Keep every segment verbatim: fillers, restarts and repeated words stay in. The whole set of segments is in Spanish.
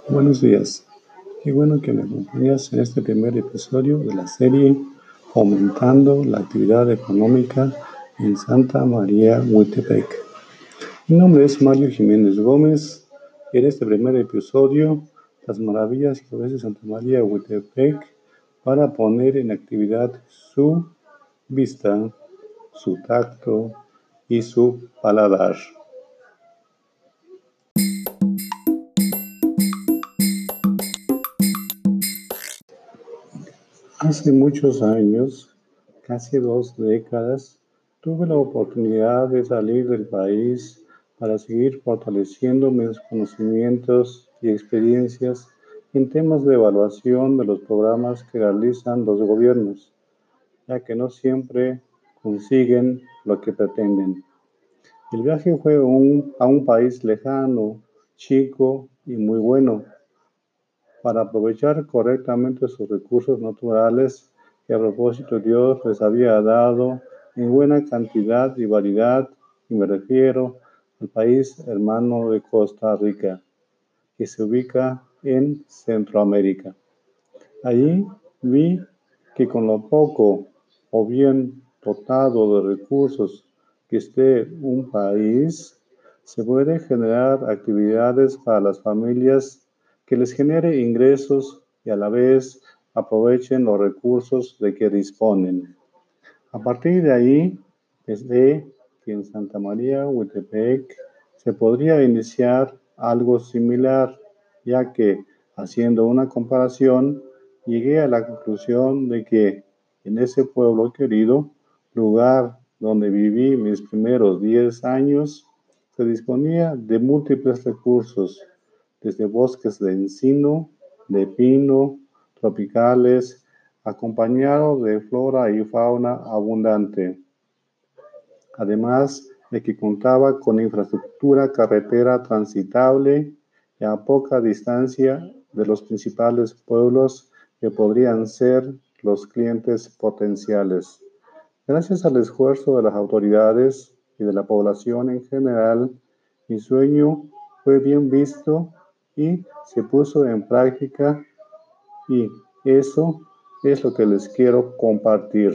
Buenos días, qué bueno que me acompañas en este primer episodio de la serie Fomentando la Actividad Económica en Santa María Huitepec. Mi nombre es Mario Jiménez Gómez y en este primer episodio las maravillas que ofrece Santa María Huitepec para poner en actividad su vista, su tacto y su paladar. Hace muchos años, casi dos décadas, tuve la oportunidad de salir del país para seguir fortaleciendo mis conocimientos y experiencias en temas de evaluación de los programas que realizan los gobiernos, ya que no siempre consiguen lo que pretenden. El viaje fue un, a un país lejano, chico y muy bueno, para aprovechar correctamente sus recursos naturales que a propósito Dios les había dado en buena cantidad y variedad, y me refiero al país hermano de Costa Rica, que se ubica en Centroamérica. Allí vi que con lo poco o bien dotado de recursos que esté un país, se puede generar actividades para las familias que les genere ingresos y a la vez aprovechen los recursos de que disponen. A partir de ahí, pensé que en Santa María Huitepec se podría iniciar algo similar, ya que, haciendo una comparación, llegué a la conclusión de que en ese pueblo querido, lugar donde viví mis primeros diez años, se disponía de múltiples recursos, desde bosques de encino, de pino, tropicales, acompañado de flora y fauna abundante, además de que contaba con infraestructura carretera transitable y a poca distancia de los principales pueblos que podrían ser los clientes potenciales. Gracias al esfuerzo de las autoridades y de la población en general, mi sueño fue bien visto y se puso en práctica, y eso es lo que les quiero compartir.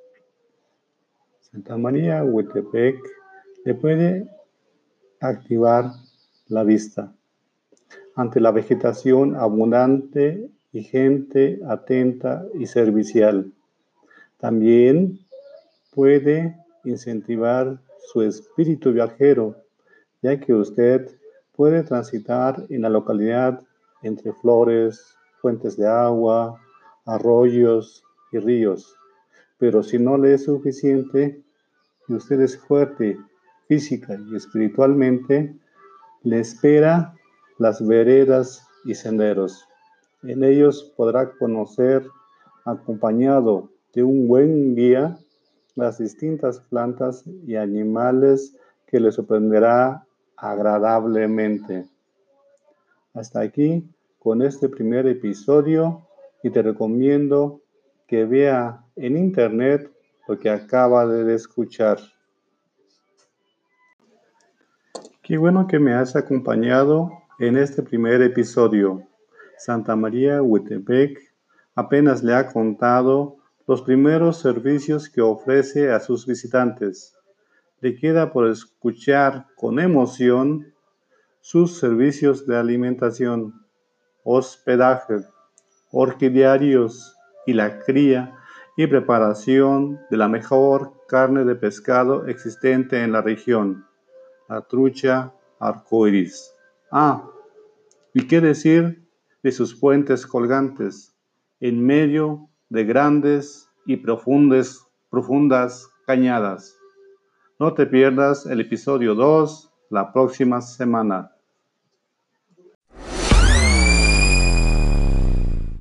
Santa María Huitepec le puede activar la vista ante la vegetación abundante y gente atenta y servicial. También puede incentivar su espíritu viajero, ya que usted puede transitar en la localidad entre flores, fuentes de agua, arroyos y ríos. Pero si no le es suficiente y usted es fuerte física y espiritualmente, le espera las veredas y senderos. En ellos podrá conocer, acompañado de un buen guía, las distintas plantas y animales que le sorprenderá agradablemente. Hasta aquí con este primer episodio y te recomiendo que vea en internet lo que acaba de escuchar. Qué bueno que me has acompañado en este primer episodio. Santa María Huitepec apenas le ha contado los primeros servicios que ofrece a sus visitantes. Le queda por escuchar con emoción sus servicios de alimentación, hospedaje, orquidiarios y la cría y preparación de la mejor carne de pescado existente en la región, la trucha arcoíris. Ah, y qué decir de sus puentes colgantes en medio de grandes y profundas, profundas cañadas. No te pierdas el episodio dos la próxima semana.